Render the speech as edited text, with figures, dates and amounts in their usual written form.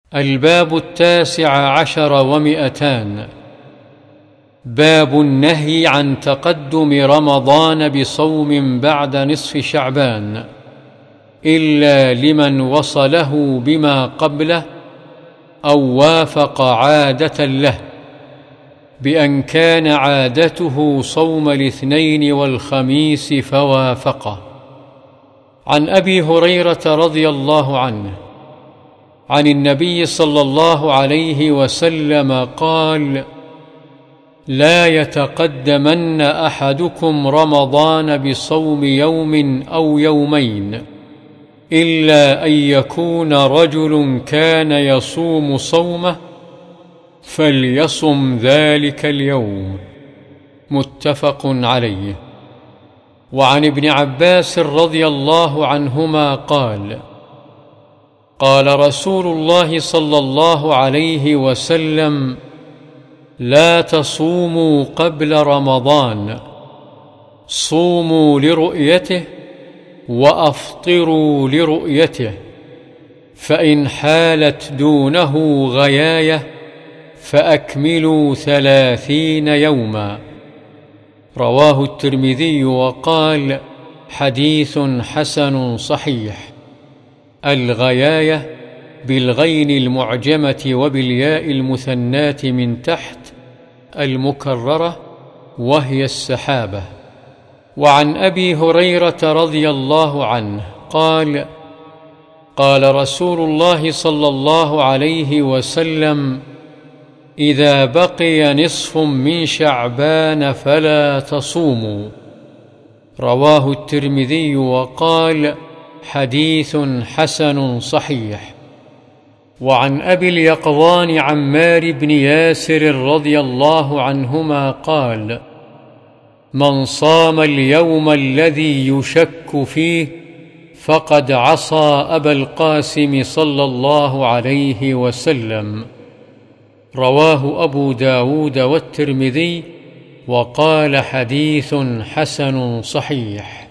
الباب 19 و200. باب النهي عن تقدم رمضان بصوم بعد نصف شعبان إلا لمن وصله بما قبله أو وافق عادة له، بأن كان عادته صوم الاثنين والخميس فوافقه. عن أبي هريرة رضي الله عنه عن النبي صلى الله عليه وسلم قال: لا يتقدمن أحدكم رمضان بصوم يوم أو يومين إلا أن يكون رجل كان يصوم صومه فليصم ذلك اليوم. متفق عليه. وعن ابن عباس رضي الله عنهما قال: قال رسول الله صلى الله عليه وسلم: لا تصوموا قبل رمضان، صوموا لرؤيته وأفطروا لرؤيته، فإن حالت دونه غياية فأكملوا 30 يوما. رواه الترمذي وقال: حديث حسن صحيح. الغياية بالغين المعجمة وبالياء المثناة من تحت المكررة، وهي السحابة. وعن أبي هريرة رضي الله عنه قال: قال رسول الله صلى الله عليه وسلم: إذا بقي نصف من شعبان فلا تصوموا. رواه الترمذي وقال: حديث حسن صحيح. وعن أبي اليقظان عمار بن ياسر رضي الله عنهما قال: من صام اليوم الذي يشك فيه فقد عصى أبا القاسم صلى الله عليه وسلم. رواه أبو داود والترمذي وقال: حديث حسن صحيح.